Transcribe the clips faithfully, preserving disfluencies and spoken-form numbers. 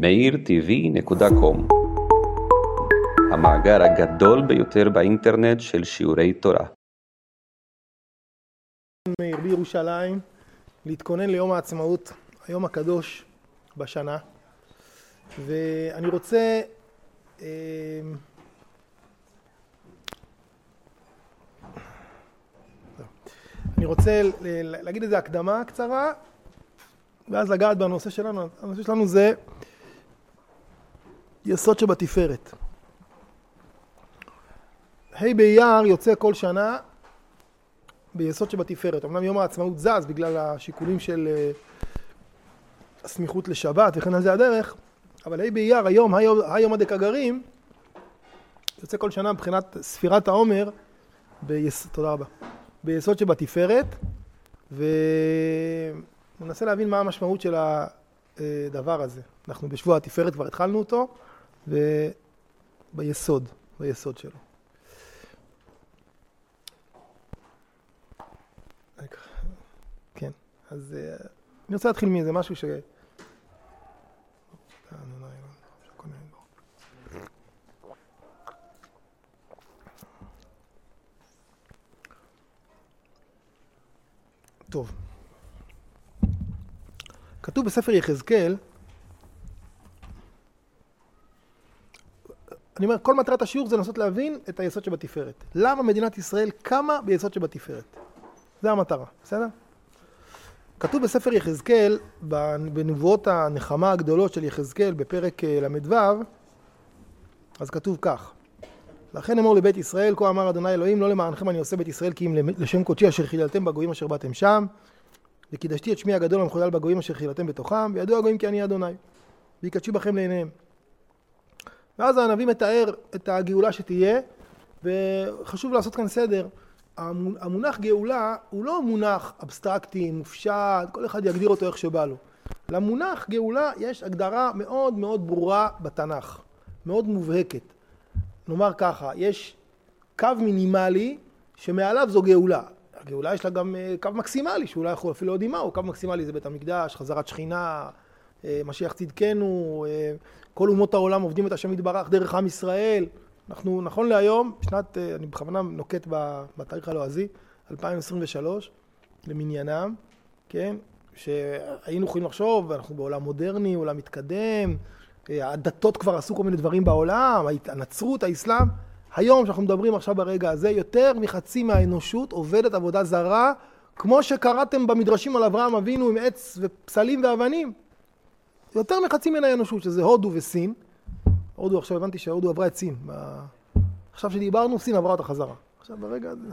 מאיר טי וי נקודה קום, המאגר הגדול ביותר באינטרנט של שיעורי תורה. מאיר בירושלים, להתכונן ליום העצמאות, היום הקדוש בשנה, ואני רוצה אה, אני רוצה להגיד איזו הקדמה קצרה ואז לגעת בנושא שלנו. הנושא שלנו זה יסוד שבתפארת. ה' באייר יוצא כל שנה ביסוד שבתפארת. אמנם יום העצמאות זז בגלל השיקולים של הסמיכות לשבת וכן על זה הדרך, אבל ה' באייר היום, היום הדקגרים, יוצא כל שנה מבחינת ספירת העומר ביס... תודה רבה. ביסוד שבתפארת, וננסה להבין מה המשמעות של הדבר הזה. אנחנו בשבוע התפארת כבר התחלנו אותו, וביסוד, ביסוד שלו. כן, אז אני רוצה להתחיל מזה, משהו ש... טוב. כתוב בספר יחזקאל, אני אומר, כל מטרת השיעור זה לנסות להבין את היסוד שבתפארת. למה מדינת ישראל קמה ביסוד שבתפארת? זה המטרה, בסדר? כתוב בספר יחזקאל, בנבואות הנחמה הגדולות של יחזקאל, בפרק למדו, אז כתוב כך: לכן אמור לבית ישראל, כה אמר אדוני אלוהים, לא למענכם אני עושה בית ישראל, כי אם לשם קודשי אשר חיללתם בגויים אשר באתם שם, וקידשתי את שמי הגדול המחולל בגויים אשר חיללתם בתוכם, וידעו הגויים כי אני אדוני, ויקדשי בכם לעיניהם. ואז הנביא מתאר את הגאולה שתהיה, וחשוב לעשות כאן סדר. המונח גאולה הוא לא מונח אבסטרקטי, מופשט, כל אחד יגדיר אותו איך שבא לו. למונח גאולה יש הגדרה מאוד מאוד ברורה בתנ"ך, מאוד מובהקת. נאמר ככה, יש קו מינימלי שמעליו זו גאולה. הגאולה יש לה גם קו מקסימלי, שאולי יכול אפילו עוד אימה, קו מקסימלי זה בית המקדש, חזרת שכינה, משיח צדקנו, כל אומות העולם עובדים את השם יתברך דרך עם ישראל. אנחנו נכון להיום, בשנת, אני בכוונה נוקט בתאריך הלועזי, אלפיים עשרים ושלוש, למניינם, כן? שהיינו יכולים לחשוב, אנחנו בעולם מודרני, עולם מתקדם, הדתות כבר עשו כל מיני דברים בעולם, הנצרות, האסלאם. היום שאנחנו מדברים עכשיו ברגע הזה, יותר מחצי מהאנושות עובדת עבודה זרה, כמו שקראתם במדרשים על אברהם אבינו עם עץ ופסלים ואבנים. יותר מחצי מן האנושות, שזה הודו וסין. הודו, עכשיו הבנתי שהודו עברה את סין. עכשיו שדיברנו, סין עברה אותה חזרה. עכשיו ברגע הזה,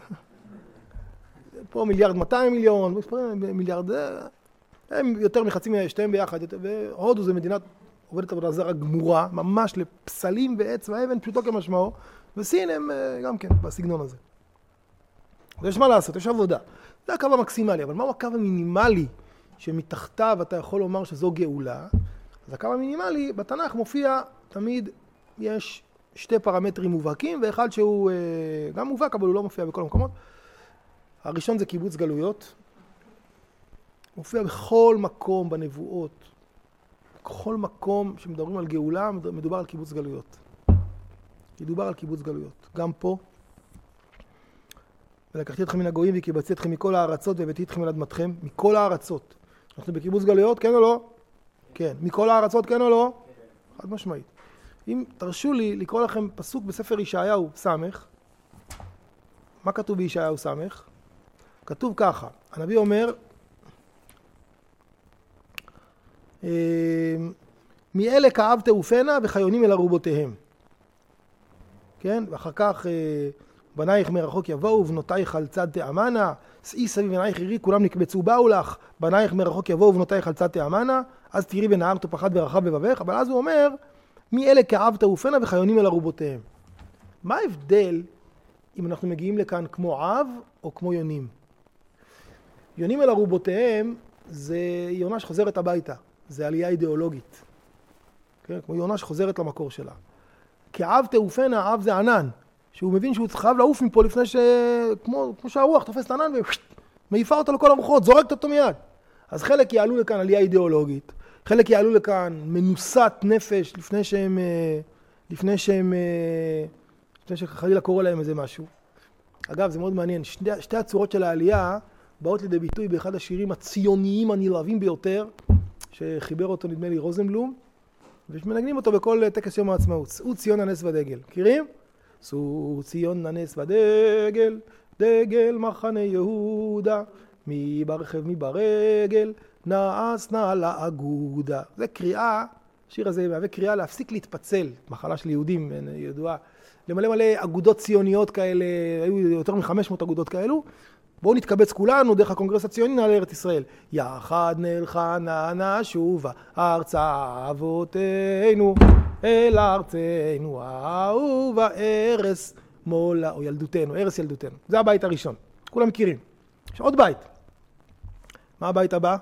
פה מיליארד מאתיים מיליון, מיליארד, הם יותר מחצי מהשתיים ביחד, והודו זה מדינת עובדת עבודה זרה גמורה, ממש לפסלים ועץ ואבן, פשוטו כמשמעו, וסין הם גם כן בסגנון הזה. ויש מה לעשות, יש עבודה. זה הקו המקסימלי, אבל מהו הקו המינימלי שמתחתיו אתה יכול לומר שזו גאולה? אז הקו המינימלי בתנ"ך מופיע תמיד, יש שתי פרמטרים מובהקים, ואחד שהוא גם מובהק, אבל הוא לא מופיע בכל המקומות. הראשון זה קיבוץ גלויות. מופיע בכל מקום בנבואות. בכל מקום שמדברים על גאולה, מדובר על קיבוץ גלויות. מדובר על קיבוץ גלויות. גם פה. ולקחתי אתכם מן הגויים וקיבצתי אתכם מכל הארצות והבאתי אתכם אל אדמתכם. מכל הארצות. אנחנו בקיבוץ גלויות, כן או לא? כן. מכל הארצות, כן או לא? חד משמעית. אם תרשו לי לקרוא לכם פסוק בספר ישעיהו סמך. מה כתוב בישעיהו סמך? כתוב ככה. הנביא אומר, מאלה כאב תעופנה וחיונים אל ארובותיהם. כן? ואחר כך בנייך מרחוק יבואו ובנותייך על צד תאמנה, שאי סביב עינייך ירי כולם נקבצו באו לך, בנייך מרחוק יבואו ובנותייך על צד תאמנה, אז תראי בנהר תופחת ורחב בבבך. אבל אז הוא אומר, מאלה כאב תעופנה וחיונים אל ארובותיהם. מה ההבדל אם אנחנו מגיעים לכאן כמו עב או כמו יונים? יונים אל ארובותיהם זה יונה שחוזרת הביתה. זה עלייה אידיאולוגית. כן? כמו יונה שחוזרת למקור שלה. כעב תעופנה, עב זה ענן. שהוא מבין שהוא חייב לעוף מפה לפני ש... כמו, כמו שהרוח תופס את הענן ומעיפה אותו לכל הרוחות, זורקת אותו מיד. אז חלק יעלו לכאן עלייה אידיאולוגית. חלק יעלו לכאן מנוסת נפש לפני שהם, לפני שהם, לפני שחלילה קורא להם איזה משהו. אגב, זה מאוד מעניין. שתי, שתי הצורות של העלייה באות לידי ביטוי באחד השירים הציוניים הנלהבים ביותר, שחיבר אותו נדמה לי רוזנבלום, ומנגנים אותו בכל טקס יום העצמאות. שאו ציון הנס ודגל. מכירים? שאו ציון הנס ודגל, דגל מחנה יהודה, מי ברכב מי ברגל, נעש נע לאגודה. זה קריאה, השיר הזה מהווה קריאה להפסיק להתפצל, מחלה של יהודים ידועה, למלא מלא אגודות ציוניות כאלה, היו יותר מ-חמש מאות אגודות כאלו. בואו נתקבץ כולנו דרך הקונגרס הציוני נעלה לארץ ישראל. יחד נלחנה נשובה ארצה אבותינו, אל ארצנו האהובה, ערש מולה, או ילדותנו, ערש ילדותנו. זה הבית הראשון. כולם מכירים. יש עוד בית. מה הבית הבא?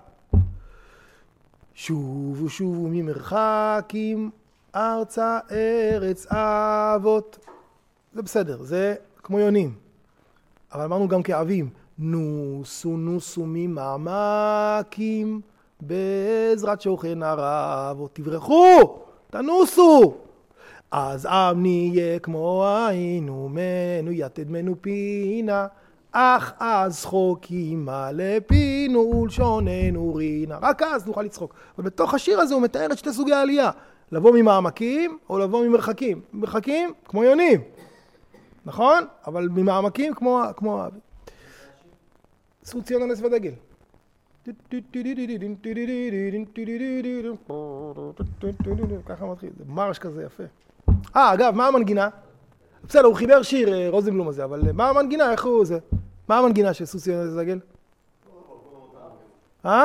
שובו שובו ממרחקים, ארצה ארץ אבות. זה בסדר, זה כמו יונים. אבל אמרנו גם כאבים. נוסו נוסו ממעמקים, בעזרת שוכן הרבות. תברחו, תנוסו. אז עם נהיה כמו היינו מנו, יתד מנו פינה, אך אז חוקימה לפינו ולשוננו רינה. רק אז נוכל לצחוק. אבל בתוך השיר הזה הוא מתאר את שתי סוגי העלייה. לבוא ממעמקים או לבוא ממרחקים. מרחקים כמו יונים. נכון? אבל ממעמקים כמו, כמו האבים. שאו ציון הנס ודגל. ככה מתחיל. זה מרש כזה יפה. אה, אגב, מה המנגינה? בסדר, הוא חיבר שיר, רוזנבלום הזה, אבל מה המנגינה? איך הוא זה? מה המנגינה של שאו ציון הנס ודגל? אה?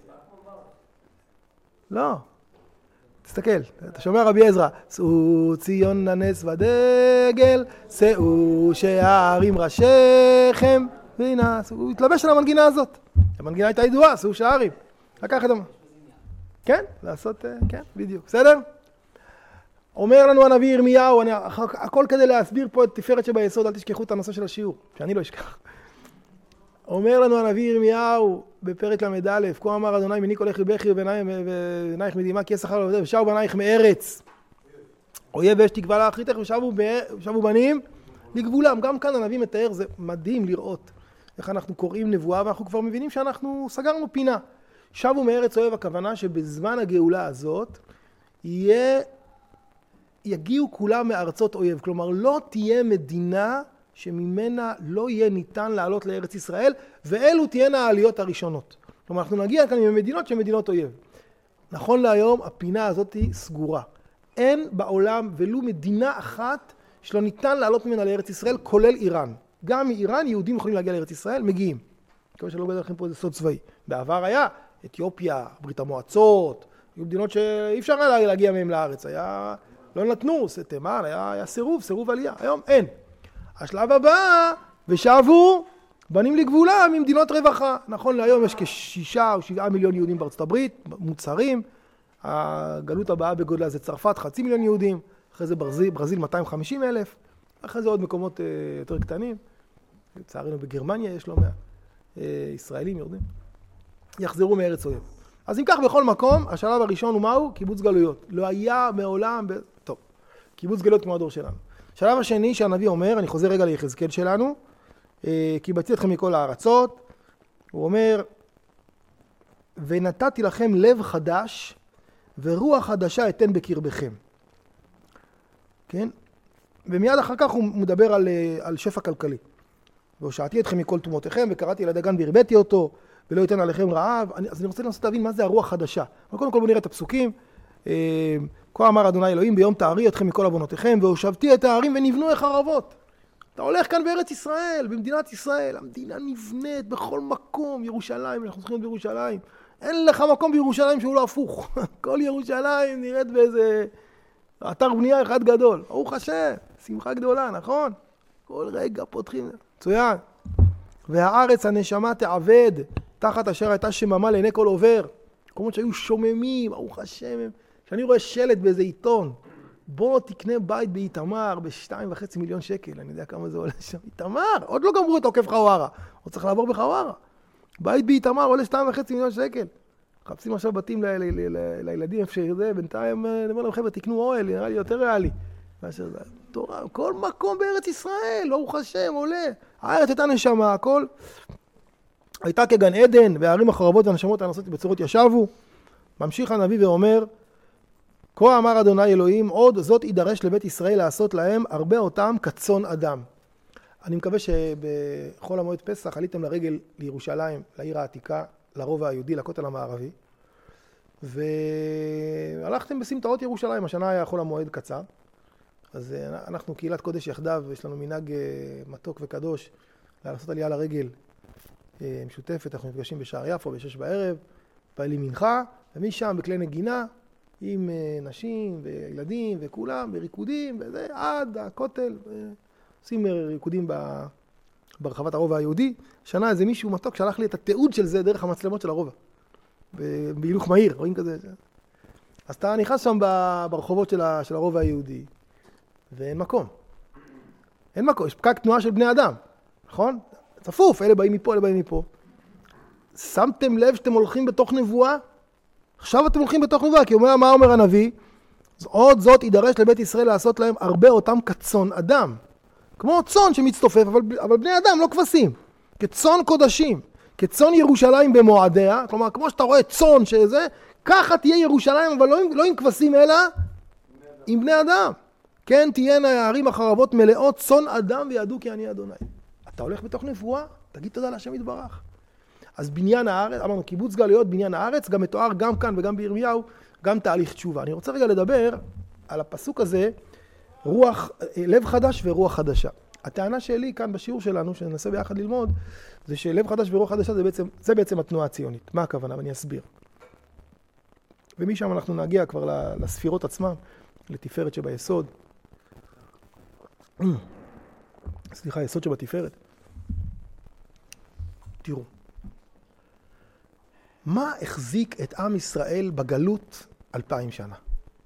לא. תסתכל, אתה שומע רבי עזרא, שאו ציון הנס ודגל, שאו שערים ראשיכם, והנה, הוא התלבש על המנגינה הזאת. המנגינה הייתה ידועה, שאו שערים. לקח את המ... כן, לעשות, כן, בדיוק. בסדר? אומר לנו הנביא ירמיהו, אני, הכל כדי להסביר פה את תפארת שביסוד, אל תשכחו את הנושא של השיעור, שאני לא אשכח. אומר לנו הנביא ירמיהו בפרק למד א', כה אמר אדוני מני קולך לבכי ובנייך מדמעה כי יששכר לעבדיך ושבו בנייך מארץ. אויב אש תקווה לאחריתך ושבו בנים לגבולם. גם כאן הנביא מתאר, זה מדהים לראות איך אנחנו קוראים נבואה ואנחנו כבר מבינים שאנחנו סגרנו פינה. שבו מארץ אויב, הכוונה שבזמן הגאולה הזאת יהיה, יגיעו כולם מארצות אויב. כלומר לא תהיה מדינה שממנה לא יהיה ניתן לעלות לארץ ישראל, ואלו תהיינה העליות הראשונות. כלומר, אנחנו נגיע כאן ממדינות שהן מדינות אויב. נכון להיום, הפינה הזאת היא סגורה. אין בעולם ולו מדינה אחת שלא ניתן לעלות ממנה לארץ ישראל, כולל איראן. גם מאיראן יהודים יכולים להגיע לארץ ישראל, מגיעים. כמו שלא בדרך לכם פה זה סוד צבאי. בעבר היה אתיופיה, ברית המועצות, היו מדינות שאי אפשר היה להגיע מהם לארץ. היה, לא נתנו, תימן, היה, היה סירוב, סירוב עלייה. היום אין. השלב הבא, ושבו בנים לגבולה ממדינות רווחה. נכון, להיום יש כשישה או שבעה מיליון יהודים בארצות הברית, מוצרים. הגלות הבאה בגודלה זה צרפת, חצי מיליון יהודים. אחרי זה ברזיל, ברזיל מאתיים וחמישים אלף. אחרי זה עוד מקומות אה, יותר קטנים. לצערנו בגרמניה יש לא מעט. אה, ישראלים יורדים. יחזרו מארץ אויב. אז אם כך בכל מקום, השלב הראשון הוא מהו? קיבוץ גלויות. לא היה מעולם... ב... טוב, קיבוץ גלויות כמו הדור שלנו. השלב השני שהנביא אומר, אני חוזר רגע ליחזקאל שלנו, כי בצתי אתכם מכל הארצות, הוא אומר, ונתתי לכם לב חדש, ורוח חדשה אתן בקרבכם. כן? ומיד אחר כך הוא מדבר על, על שפע כלכלי. והושעתי אתכם מכל תומותיכם, וקראתי אל הדגן והרביתי אותו, ולא ייתן עליכם רעב. אני, אז אני רוצה לנסות להבין מה זה הרוח חדשה. אבל קודם כל בוא נראה את הפסוקים. כה אמר אדוני אלוהים ביום תערי אתכם מכל עוונותיכם והושבתי את הערים ונבנו החרבות. אתה הולך כאן בארץ ישראל, במדינת ישראל, המדינה נבנית בכל מקום, ירושלים, אנחנו צריכים בירושלים. אין לך מקום בירושלים שהוא לא הפוך. כל ירושלים נראית באיזה אתר בנייה אחד גדול. ברוך השם, שמחה גדולה, נכון? כל רגע פותחים, מצוין. והארץ הנשמה תעבד, תחת אשר הייתה שממה לעיני כל עובר. מקומות שהיו שוממים, ברוך השם. כשאני רואה שלט באיזה עיתון, בוא תקנה בית באיתמר בשתיים וחצי מיליון שקל, אני יודע כמה זה עולה שם. איתמר, עוד לא גמרו את עוקף חווארה, עוד צריך לעבור בחווארה. בית באיתמר עולה שתיים וחצי מיליון שקל. מחפשים עכשיו בתים ל- ל- ל- לילדים איפה שזה, בינתיים אני אומר להם, חבר'ה, תקנו אוהל, נראה לי יותר ריאלי. מאשר זה, תורה, כל מקום בארץ ישראל, ברוך השם, עולה. הארץ הייתה נשמה, הכל. הייתה כגן עדן, והערים החרבות והנשמות הנשאות בצורות ישבו. ממשיך הנביא ואומר, כה אמר אדוני אלוהים, עוד זאת יידרש לבית ישראל לעשות להם הרבה אותם כצאן אדם. אני מקווה שבכל המועד פסח עליתם לרגל לירושלים, לעיר העתיקה, לרובע היהודי, לכותל המערבי, והלכתם בסמטאות ירושלים. השנה היה חול המועד קצר, אז אנחנו קהילת קודש יחדיו, יש לנו מנהג מתוק וקדוש לעשות עלייה לרגל משותפת. אנחנו נפגשים בשער יפו בשש בערב, פעלים מנחה, ומשם בכלי נגינה עם נשים וילדים וכולם בריקודים וזה, עד הכותל, עושים ריקודים ברחבת הרובע היהודי. שנה איזה מישהו מתוק שלח לי את התיעוד של זה דרך המצלמות של הרובע, בהילוך מהיר, רואים כזה. אז אתה נכנס שם ברחובות של הרובע היהודי, ואין מקום. אין מקום, יש פקק תנועה של בני אדם, נכון? צפוף, אלה באים מפה, אלה באים מפה. שמתם לב שאתם הולכים בתוך נבואה? עכשיו אתם הולכים בתוך נבואה, כי אומר, מה אומר הנביא? עוד זאת יידרש לבית ישראל לעשות להם הרבה אותם כצאן אדם. כמו צאן שמצטופף, אבל, אבל בני אדם, לא כבשים. כצאן קודשים, כצאן ירושלים במועדיה, כלומר, כמו שאתה רואה צאן שזה, ככה תהיה ירושלים, אבל לא, לא עם כבשים, אלא עם בני אדם. כן, תהיינה הערים החרבות מלאות צאן אדם וידעו כי אני אדוני. אתה הולך בתוך נבואה, תגיד תודה להשם יתברך. אז בניין הארץ, אמרנו, קיבוץ גלויות, בניין הארץ, גם מתואר גם כאן וגם בירמיהו, גם תהליך תשובה. אני רוצה רגע לדבר על הפסוק הזה, רוח, לב חדש ורוח חדשה. הטענה שלי כאן בשיעור שלנו, שננסה ביחד ללמוד, זה שלב חדש ורוח חדשה זה בעצם, זה בעצם התנועה הציונית. מה הכוונה? ואני אסביר. ומשם אנחנו נגיע כבר לספירות עצמם, לתפארת שביסוד. סליחה, יסוד שבתפארת. תראו. מה החזיק את עם ישראל בגלות אלפיים שנה?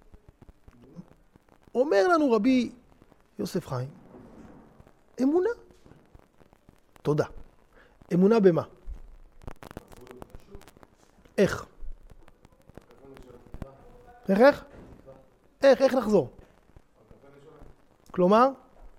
אומר לנו רבי יוסף חיים, אמונה. תודה. אמונה במה? איך? איך איך? איך, איך נחזור? כלומר?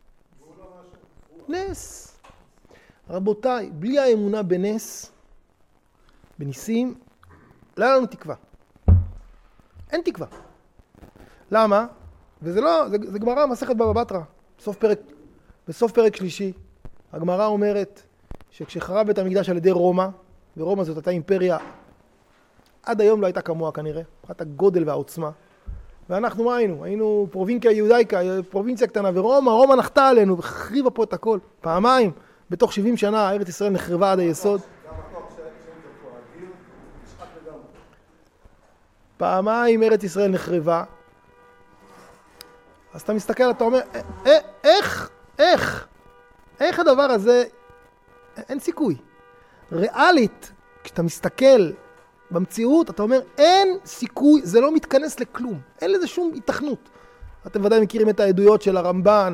נס. רבותיי, בלי האמונה בנס, בניסים, לא היה לנו תקווה. אין תקווה. למה? וזה לא, זה, זה גמרא מסכת בבא בתרא, בסוף פרק, בסוף פרק שלישי. הגמרא אומרת שכשחרב בית המקדש על ידי רומא, ורומא זאת הייתה אימפריה, עד היום לא הייתה כמוה כנראה, מבחינת הגודל והעוצמה. ואנחנו מה היינו? היינו פרובינקיה יהודאיקה, פרובינציה קטנה, ורומא, רומא נחתה עלינו וחריבה פה את הכל. פעמיים, בתוך שבעים שנה, ארץ ישראל נחרבה עד היסוד. פעמיים ארץ ישראל נחרבה. אז אתה מסתכל, אתה אומר, איך, איך, איך הדבר הזה, אין סיכוי. ריאלית, כשאתה מסתכל במציאות, אתה אומר, אין סיכוי, זה לא מתכנס לכלום. אין לזה שום התכנות. אתם ודאי מכירים את העדויות של הרמב"ן,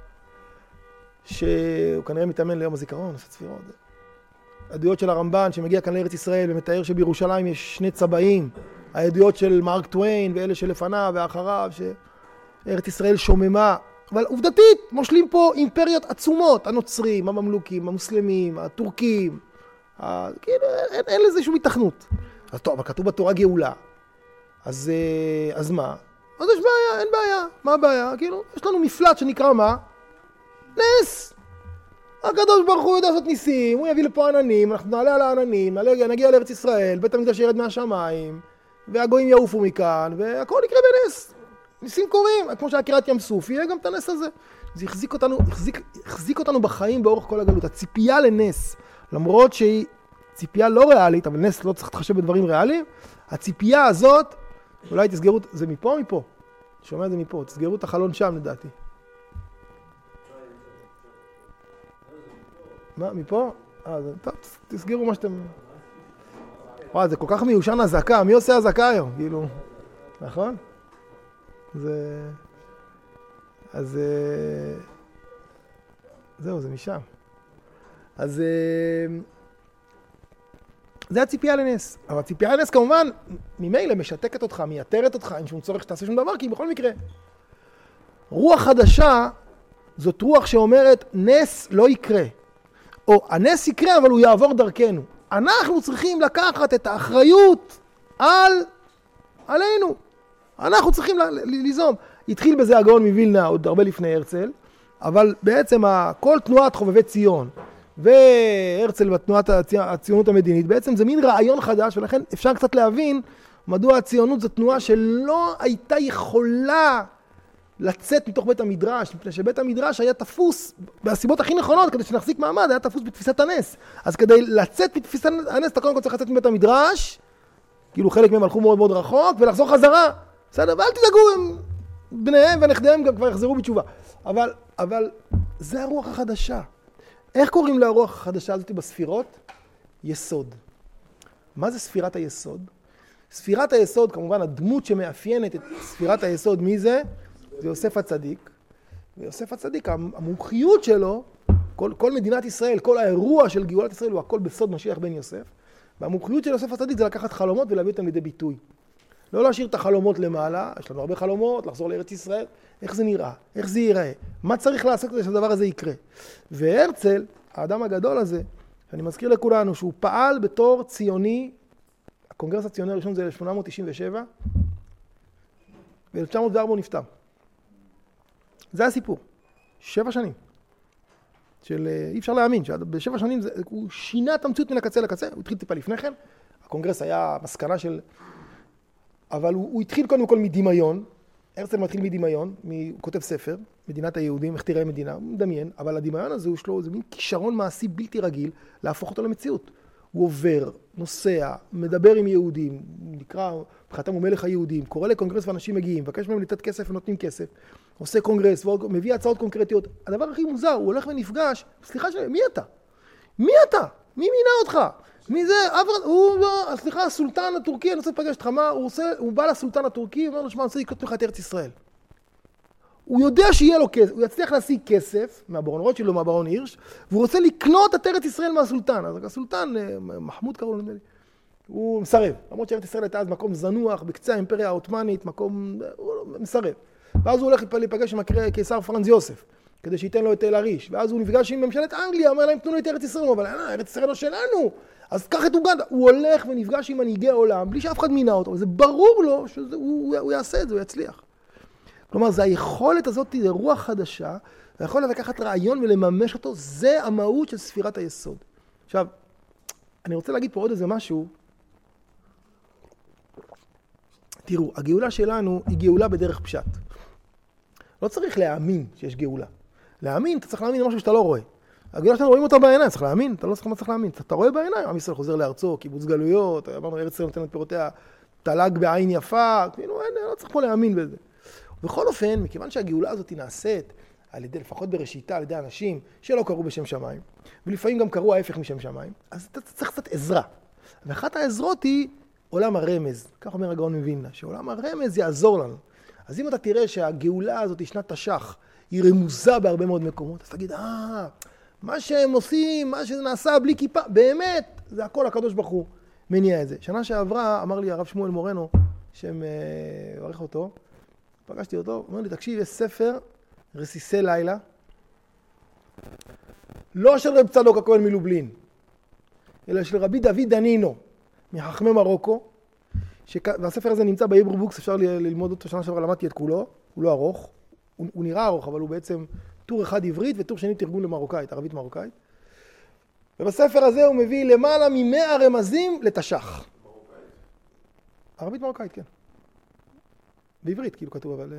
שהוא כנראה מתאמן ליום הזיכרון, עושה צפירות. העדויות של הרמב"ן שמגיע כאן לארץ ישראל ומתאר שבירושלים יש שני צבעים. העדויות של מארק טוויין ואלה שלפניו ואחריו, שארץ ישראל שוממה. אבל עובדתית, מושלים פה אימפריות עצומות, הנוצרים, הממלוכים, המוסלמים, הטורקים. ה... כאילו, אין, אין לזה שום התכנות. אז טוב, אבל כתוב בתורה גאולה. אז, אז מה? אז יש בעיה, אין בעיה. מה הבעיה? כאילו, יש לנו מפלט שנקרא מה? נס. הקדוש ברוך הוא יודע לעשות ניסים, הוא יביא לפה עננים, אנחנו נעלה על העננים, נעלה, נגיע לארץ ישראל, בית המקדש ירד מהשמיים, והגויים יעופו מכאן, והכל יקרה בנס. ניסים קורים, כמו שהיה קריאת ים סוף, יהיה גם את הנס הזה. זה החזיק אותנו, החזיק, החזיק אותנו בחיים באורך כל הגלות. הציפייה לנס, למרות שהיא ציפייה לא ריאלית, אבל נס לא צריך להתחשב בדברים ריאליים, הציפייה הזאת, אולי תסגרו, זה מפה או מפה? שומע את זה מפה, תסגרו את החלון שם לדעתי. מה, מפה? אה, זה, טוב, תסגרו מה שאתם... וואי, זה כל כך מיושן הזקה, מי עושה הזקה היום? כאילו, נכון? זה... אז... זהו, זה משם. אז... זה הציפייה לנס. אבל הציפייה לנס כמובן, ממילא משתקת אותך, מייתרת אותך, אין שום צורך שתעשה שום דבר, כי בכל מקרה, רוח חדשה, זאת רוח שאומרת, נס לא יקרה. או הנס יקרה, אבל הוא יעבור דרכנו. אנחנו צריכים לקחת את האחריות על, עלינו. אנחנו צריכים ליזום. התחיל בזה הגאון מווילנה, עוד הרבה לפני הרצל, אבל בעצם כל תנועת חובבי ציון, והרצל בתנועת הציונות המדינית, בעצם זה מין רעיון חדש, ולכן אפשר קצת להבין מדוע הציונות זו תנועה שלא הייתה יכולה לצאת מתוך בית המדרש, מפני שבית המדרש היה תפוס, מהסיבות הכי נכונות, כדי שנחזיק מעמד, היה תפוס בתפיסת הנס. אז כדי לצאת מתפיסת הנס, אתה קודם כל צריך לצאת מבית המדרש, כאילו חלק מהם הלכו מאוד מאוד רחוק, ולחזור חזרה. בסדר? ואל תדאגו, הם, בניהם ונכדיהם גם כבר יחזרו בתשובה. אבל, אבל זה הרוח החדשה. איך קוראים לרוח החדשה הזאת בספירות? יסוד. מה זה ספירת היסוד? ספירת היסוד, כמובן, הדמות שמאפיינת את ספירת היסוד, מי זה? זה יוסף הצדיק. ויוסף הצדיק, המומחיות שלו, כל, כל מדינת ישראל, כל האירוע של גאולת ישראל, הוא הכל בסוד משיח בן יוסף. והמומחיות של יוסף הצדיק זה לקחת חלומות ולהביא אותם לידי ביטוי. לא להשאיר את החלומות למעלה, יש לנו הרבה חלומות, לחזור לארץ ישראל, איך זה נראה, איך זה ייראה, מה צריך לעשות כדי שהדבר הזה יקרה. והרצל, האדם הגדול הזה, אני מזכיר לכולנו שהוא פעל בתור ציוני, הקונגרס הציוני הראשון זה אלף שמונה מאות תשעים ושבע, ב-אלף תשע מאות וארבע הוא נפטר. זה הסיפור, שבע שנים. של, אי אפשר להאמין, שבשבע שנים זה, הוא שינה את המציאות מן הקצה לקצה, הוא התחיל טיפה לפני כן, הקונגרס היה מסקנה של, אבל הוא, הוא התחיל קודם כל מדמיון, הרצל מתחיל מדמיון, הוא כותב ספר, מדינת היהודים, איך תראה מדינה, הוא מדמיין, אבל הדמיון הזה הוא שלו, זה מין כישרון מעשי בלתי רגיל, להפוך אותו למציאות. הוא עובר, נוסע, מדבר עם יהודים, נקרא, מבחינתם הוא מלך היהודים, קורא לקונגרס ואנשים מגיעים, מבקש מהם לתת כסף ונותנים כסף, עושה קונגרס, מביא הצעות קונקרטיות. הדבר הכי מוזר, הוא הולך ונפגש, סליחה שלי, מי אתה? מי אתה? מי מינה אותך? מי זה? הוא, סליחה, הסולטן הטורקי, אני רוצה לפגש אותך, מה? הוא, עושה, הוא בא לסולטן הטורקי, הוא אומר לו, שמה, אני רוצה לקנות ממך את ארץ ישראל. הוא יודע שיהיה לו כסף, הוא יצליח להשיג כסף מהברון רוטשילד או מהברון הירש, והוא רוצה לקנות את ארץ ישראל מהסולטן. אז הסולטן, מחמוד קראו לו, נדמה לי, הוא מסרב. למרות שארץ ישראל הייתה אז מקום זנוח, בקצה האימפריה העות'מאנית, מקום, הוא מסרב. ואז הוא הולך להיפגש עם הקיסר פרנז יוסף, כדי שייתן לו את תל אריש. ואז הוא נפגש עם ממשלת אנגליה, אומר להם, תנו לו את ארץ ישראל, אבל ארץ ישראל לא שלנו. אז קח את אוגנדה. הוא הולך ונפגש עם מנהיגי העולם, בלי שאף אחד מינה אותו. זה ברור לו שהוא יעשה את זה, הוא יצליח. כלומר, זה היכולת הזאת, זה רוח חדשה, היכולת לקחת רעיון ולממש אותו, זה המהות של ספירת היסוד. עכשיו, אני רוצה להגיד פה עוד איזה משהו. תראו, הגאולה שלנו היא גאולה בדרך פשט. לא צריך להאמין שיש גאולה. להאמין, אתה צריך להאמין למשהו שאתה לא רואה. הגאולה שלנו רואים אותה בעיניים, צריך להאמין, אתה לא צריך, צריך להאמין. אתה רואה בעיניים, עם ישראל חוזר לארצו, קיבוץ גלויות, אמרנו, ארץ ישראל נותנת פירותיה, תלג בעין יפה, כאילו, אין, לא צריך פה להאמין בזה. בכל אופן, מכיוון שהגאולה הזאת נעשית על ידי, לפחות בראשיתה, על ידי אנשים שלא קראו בשם שמיים, ולפעמים גם קראו ההפך משם שמיים, אז אתה צריך קצת עזרה. ואחת העזרות היא עולם הרמז. כך אומר הגאון מווילנה, שעולם הרמז יעזור לנו. אז אם אתה תראה שהגאולה הזאת היא שנת תש"ח, היא רמוזה בהרבה מאוד מקומות, אז תגיד, אה, מה שהם עושים, מה שנעשה בלי כיפה, באמת, זה הכל הקדוש ברוך הוא מניע את זה. שנה שעברה, אמר לי הרב שמואל מורנו, שם ערך אותו, פגשתי אותו, הוא אומר לי, תקשיב, יש ספר, רסיסי לילה, לא של רב צדוק הכהן מלובלין, אלא של רבי דוד דנינו, מחכמי מרוקו, שכ... והספר הזה נמצא בהיברו בוקס, אפשר ללמוד אותו, שנה שעברה למדתי את כולו, הוא לא ארוך, הוא, הוא נראה ארוך, אבל הוא בעצם טור אחד עברית וטור שני תרגום למרוקאית, ערבית מרוקאית. ובספר הזה הוא מביא למעלה ממאה רמזים לתש"ח. מרוקאית? ערבית מרוקאית, כן. בעברית, כאילו כתוב, אבל...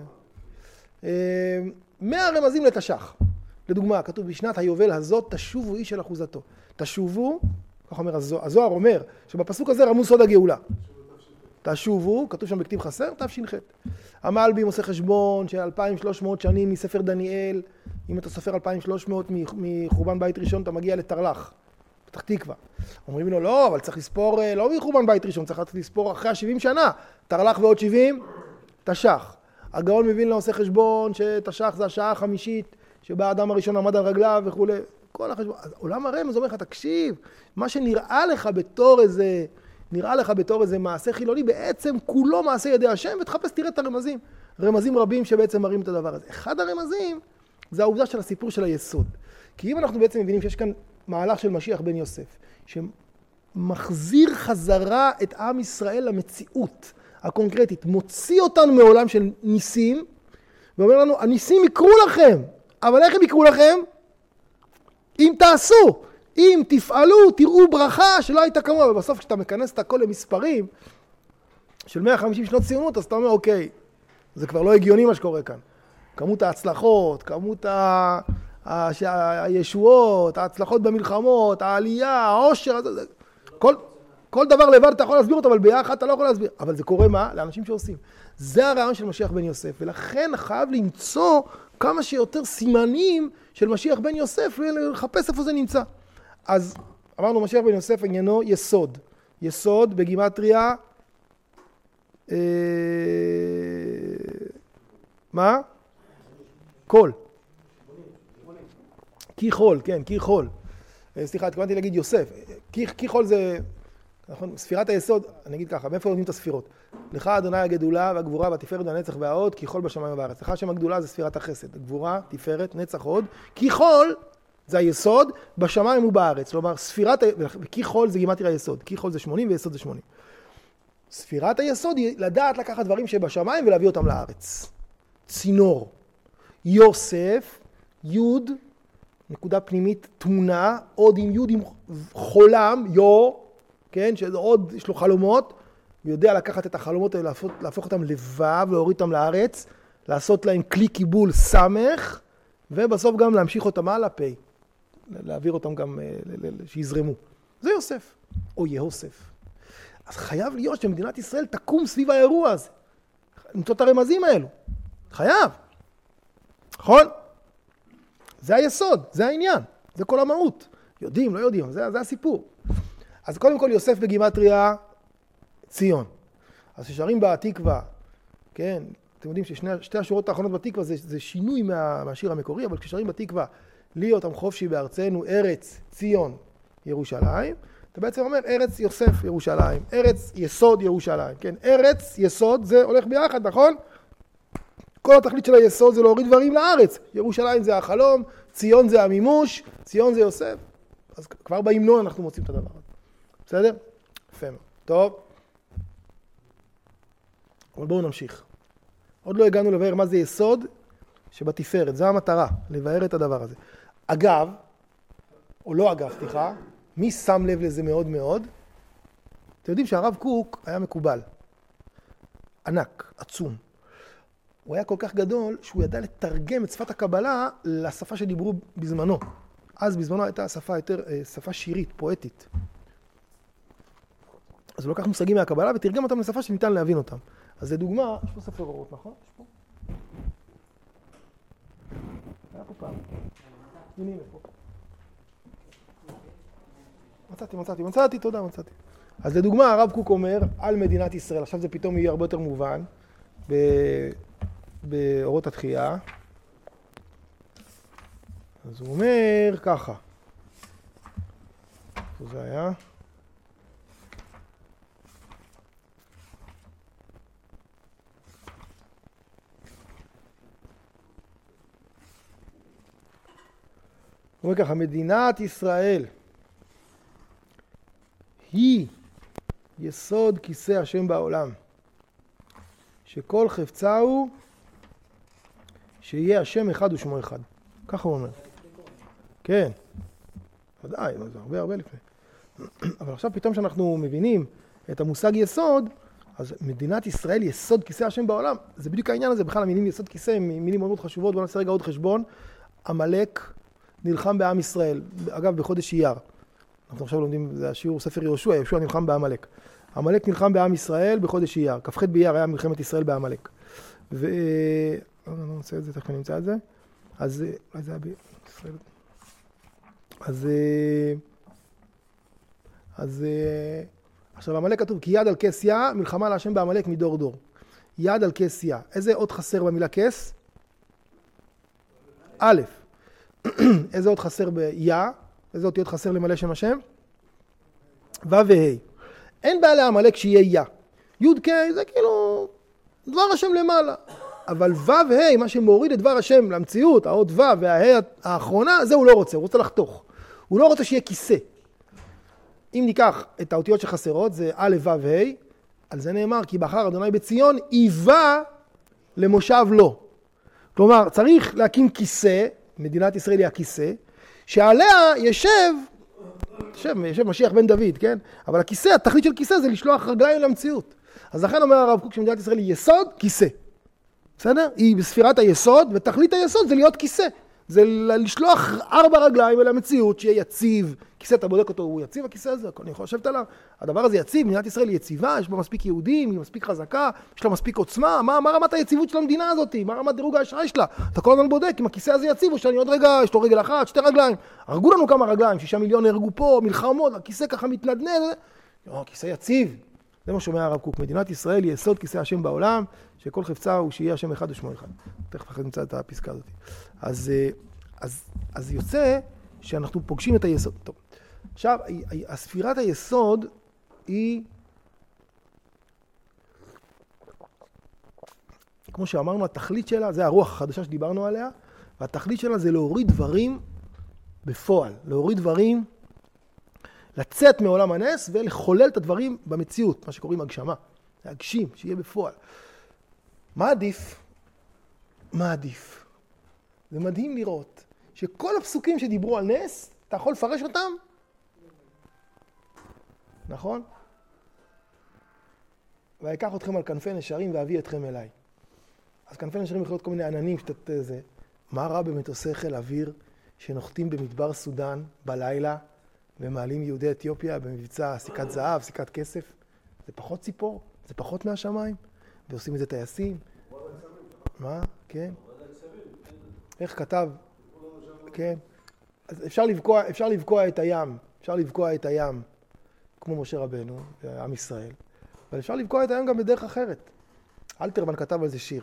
מאה רמזים לתש"ח. לדוגמה, כתוב בשנת היובל הזאת, תשובו איש אל אחוזתו. תשובו, כך אומר הזוהר, הזוהר אומר שבפסוק הזה רמוז סוד הגאולה. תשובו, כתוב שם בכתיב חסר, תש"ח. המלבים עושה חשבון של אלפיים ושלוש מאות שנים מספר דניאל, אם אתה סופר אלפיים ושלוש מאות מחורבן בית ראשון, אתה מגיע לתרל"ח, פתח תקווה. אומרים לו, לא, אבל צריך לספור, לא מחורבן בית ראשון, צריך לספור אחרי שבעים שנה, תרל"ח ועוד שבעים, תש"ח. הגאון מווילנה עושה חשבון שתש"ח זה השעה החמישית, שבה האדם הראשון עמד על רגליו וכו'. כל החשבון. אז עולם הרמז אומר לך, תקשיב, מה שנראה לך בתור איזה, נראה לך בתור איזה מעשה חילוני, בעצם כולו מעשה ידי השם, ותחפש, תראה את הרמזים. רמזים רבים שבעצם מראים את הדבר הזה. אחד הרמזים זה העובדה של הסיפור של היסוד. כי אם אנחנו בעצם מבינים שיש כאן מהלך של משיח בן יוסף, שמחזיר חזרה את עם ישראל למציאות הקונקרטית, מוציא אותנו מעולם של ניסים, ואומר לנו, הניסים יקרו לכם, אבל איך הם יקרו לכם? אם תעשו, אם תפעלו, תראו ברכה שלא הייתה כמוה, ובסוף כשאתה מכנס את הכל למספרים של מאה וחמישים שנות ציונות, אז אתה אומר, אוקיי, זה כבר לא הגיוני מה שקורה כאן. כמות ההצלחות, כמות ה... הישועות, ההצלחות במלחמות, העלייה, העושר, כל, כל דבר לבד אתה יכול להסביר אותו, אבל ביחד אתה לא יכול להסביר. אבל זה קורה מה? לאנשים שעושים. זה הרעיון של משיח בן יוסף, ולכן חייב למצוא כמה שיותר סימנים של משיח בן יוסף, ולחפש איפה זה נמצא. אז אמרנו, משיח בן יוסף עניינו יסוד. יסוד בגימטריה, אה, מה? קול. כי חול, כן, כי חול. סליחה, התכוונתי להגיד יוסף. כי חול זה, נכון, ספירת היסוד, אני אגיד ככה, מאיפה יודעים את הספירות? לך אדוני הגדולה והגבורה והתפארת והנצח וההוד, כי חול בשמיים ובארץ. לך שם הגדולה זה ספירת החסד. גבורה, תפארת, נצח, הוד. כי חול זה היסוד בשמיים ובארץ. כלומר, ספירת, כי חול זה גימטריה היסוד. כי חול זה שמונים ויסוד זה שמונים. ספירת היסוד היא לדעת לקחת דברים שבשמיים ולהביא אותם לארץ. צינור. יוסף, יוד, נקודה פנימית, תמונה, עוד עם יוד עם חולם, יו, כן, שעוד יש לו חלומות, הוא יודע לקחת את החלומות האלה, להפוך, להפוך אותם לבב, להוריד אותם לארץ, לעשות להם כלי קיבול סמך, ובסוף גם להמשיך אותם על הפי, להעביר אותם גם, שיזרמו. זה יוסף, או יהוסף. אז חייב להיות שמדינת ישראל תקום סביב האירוע הזה. למצוא את הרמזים האלו. חייב. נכון? זה היסוד, זה העניין, זה כל המהות. יודעים, לא יודעים, זה, זה הסיפור. אז קודם כל יוסף בגימטריה ציון. אז ששרים בתקווה, כן, אתם יודעים ששתי השורות האחרונות בתקווה זה, זה שינוי מה, מהשיר המקורי, אבל כששרים בתקווה, להיות עם חופשי בארצנו, ארץ ציון ירושלים, אתה בעצם אומר ארץ יוסף ירושלים, ארץ יסוד ירושלים, כן, ארץ יסוד זה הולך ביחד, נכון? כל התכלית של היסוד זה להוריד דברים לארץ. ירושלים זה החלום, ציון זה המימוש, ציון זה יוסף. אז כבר בהמנון אנחנו מוצאים את הדבר הזה. בסדר? יפה. טוב. אבל בואו נמשיך. עוד לא הגענו לבאר מה זה יסוד שבתפארת. זו המטרה, לבאר את הדבר הזה. אגב, או לא אגב, סליחה, מי שם לב לזה מאוד מאוד? אתם יודעים שהרב קוק היה מקובל. ענק, עצום. הוא היה כל כך גדול שהוא ידע לתרגם את שפת הקבלה לשפה שדיברו בזמנו. אז בזמנו הייתה שפה יותר, שפה שירית, פואטית. אז הוא לקח מושגים מהקבלה ותרגם אותם לשפה שניתן להבין אותם. אז זה דוגמה, יש פה ספר אורות, נכון? יש פה? היה פה פעם. הנה, הנה פה. מצאתי, מצאתי, מצאתי, תודה, מצאתי. אז לדוגמה, הרב קוק אומר על מדינת ישראל, עכשיו זה פתאום יהיה הרבה יותר מובן, ב... באורות התחייה. אז הוא אומר ככה. איפה זה היה? הוא אומר ככה, מדינת ישראל היא יסוד כיסא השם בעולם, שכל חפצה הוא שיהיה השם אחד ושמו אחד. ככה הוא אומר. כן. ודאי, זה הרבה הרבה לפני. אבל עכשיו פתאום שאנחנו מבינים את המושג יסוד, אז מדינת ישראל יסוד כיסא השם בעולם. זה בדיוק העניין הזה, בכלל המילים יסוד כיסא הם מילים מאוד חשובות. בואו נעשה רגע עוד חשבון. עמלק נלחם בעם ישראל. אגב, בחודש אייר. אנחנו עכשיו לומדים, זה השיעור ספר יהושע, יהושע נלחם בעמלק. עמלק נלחם בעם ישראל בחודש אייר. כ"ח באייר היה מלחמת ישראל בעמלק. ו... לא, לא, לא נמצא את זה, תכף נמצא את זה. אז, אולי זה היה בישראל. אז, אז, עכשיו, עמלק כתוב, כי יד על כס יה, מלחמה להשם בעמלק מדור דור. יד על כס יה. איזה עוד חסר במילה כס? א', איזה עוד חסר ביה? איזה אותיות חסר למלא שם השם? ו' וה'. אין בעיה לעמלק שיהיה יה. י' כ' זה כאילו דבר השם למעלה. אבל ו' ה', מה שמוריד את דבר השם למציאות, האות ו' והה' האחרונה, זה הוא לא רוצה, הוא רוצה לחתוך. הוא לא רוצה שיהיה כיסא. אם ניקח את האותיות שחסרות, זה א' ו' ה', על זה נאמר, כי בחר אדוני בציון, היווה למושב לו. כלומר, צריך להקים כיסא, מדינת ישראל היא הכיסא, שעליה ישב, ישב, ישב משיח בן דוד, כן? אבל הכיסא, התכלית של כיסא זה לשלוח רגליים למציאות. אז לכן אומר הרב קוק שמדינת ישראל היא יסוד, כיסא. בסדר? היא בספירת היסוד, ותכלית היסוד זה להיות כיסא. זה לשלוח ארבע רגליים אל המציאות, שיהיה יציב. כיסא, אתה בודק אותו, הוא יציב, הכיסא הזה, אני יכול לשבת עליו. הדבר הזה יציב, מדינת ישראל היא יציבה, יש בה מספיק יהודים, היא מספיק חזקה, יש לה מספיק עוצמה. מה, מה רמת היציבות של המדינה הזאת? מה רמת דירוג האשראי שלה? אתה כל הזמן בודק אם הכיסא הזה יציב, או שאני עוד רגע, יש לו רגל אחת, שתי רגליים. הרגו לנו כמה רגליים, שישה מיליון הרגו פה, מלחמות, הכיסא ככה מתנדנד. לא, הכיסא יציב. זה מה שאומר הרב קוק. מדינת ישראל היא יסוד כיסא השם בעולם, שכל חפצה הוא שיהיה השם אחד ושמו אחד. תכף אחרי נמצא את הפסקה הזאת. אז, אז, אז יוצא שאנחנו פוגשים את היסוד. טוב. עכשיו, הספירת היסוד היא, כמו שאמרנו, התכלית שלה, זה הרוח החדשה שדיברנו עליה, והתכלית שלה זה להוריד דברים בפועל, להוריד דברים, לצאת מעולם הנס ולחולל את הדברים במציאות, מה שקוראים הגשמה, להגשים, שיהיה בפועל. מה עדיף? מה עדיף? זה מדהים לראות שכל הפסוקים שדיברו על נס, אתה יכול לפרש אותם? נכון? ויקח אתכם על כנפי נשרים ואביא אתכם אליי. אז כנפי נשרים יכולים להיות כל מיני עננים שתת זה. מה רע במטוסי חיל אוויר שנוחתים במדבר סודן בלילה ומעלים יהודי אתיופיה במבצע סיכת זהב, סיכת כסף? זה פחות ציפור, זה פחות מהשמיים, ועושים את זה טייסים. מה? כן. איך כתב? כן. אז אפשר לבקוע, אפשר לבקוע את הים, אפשר לבקוע את הים, כמו משה רבנו, עם ישראל. אבל אפשר לבקוע את הים גם בדרך אחרת. אלתרמן כתב על זה שיר.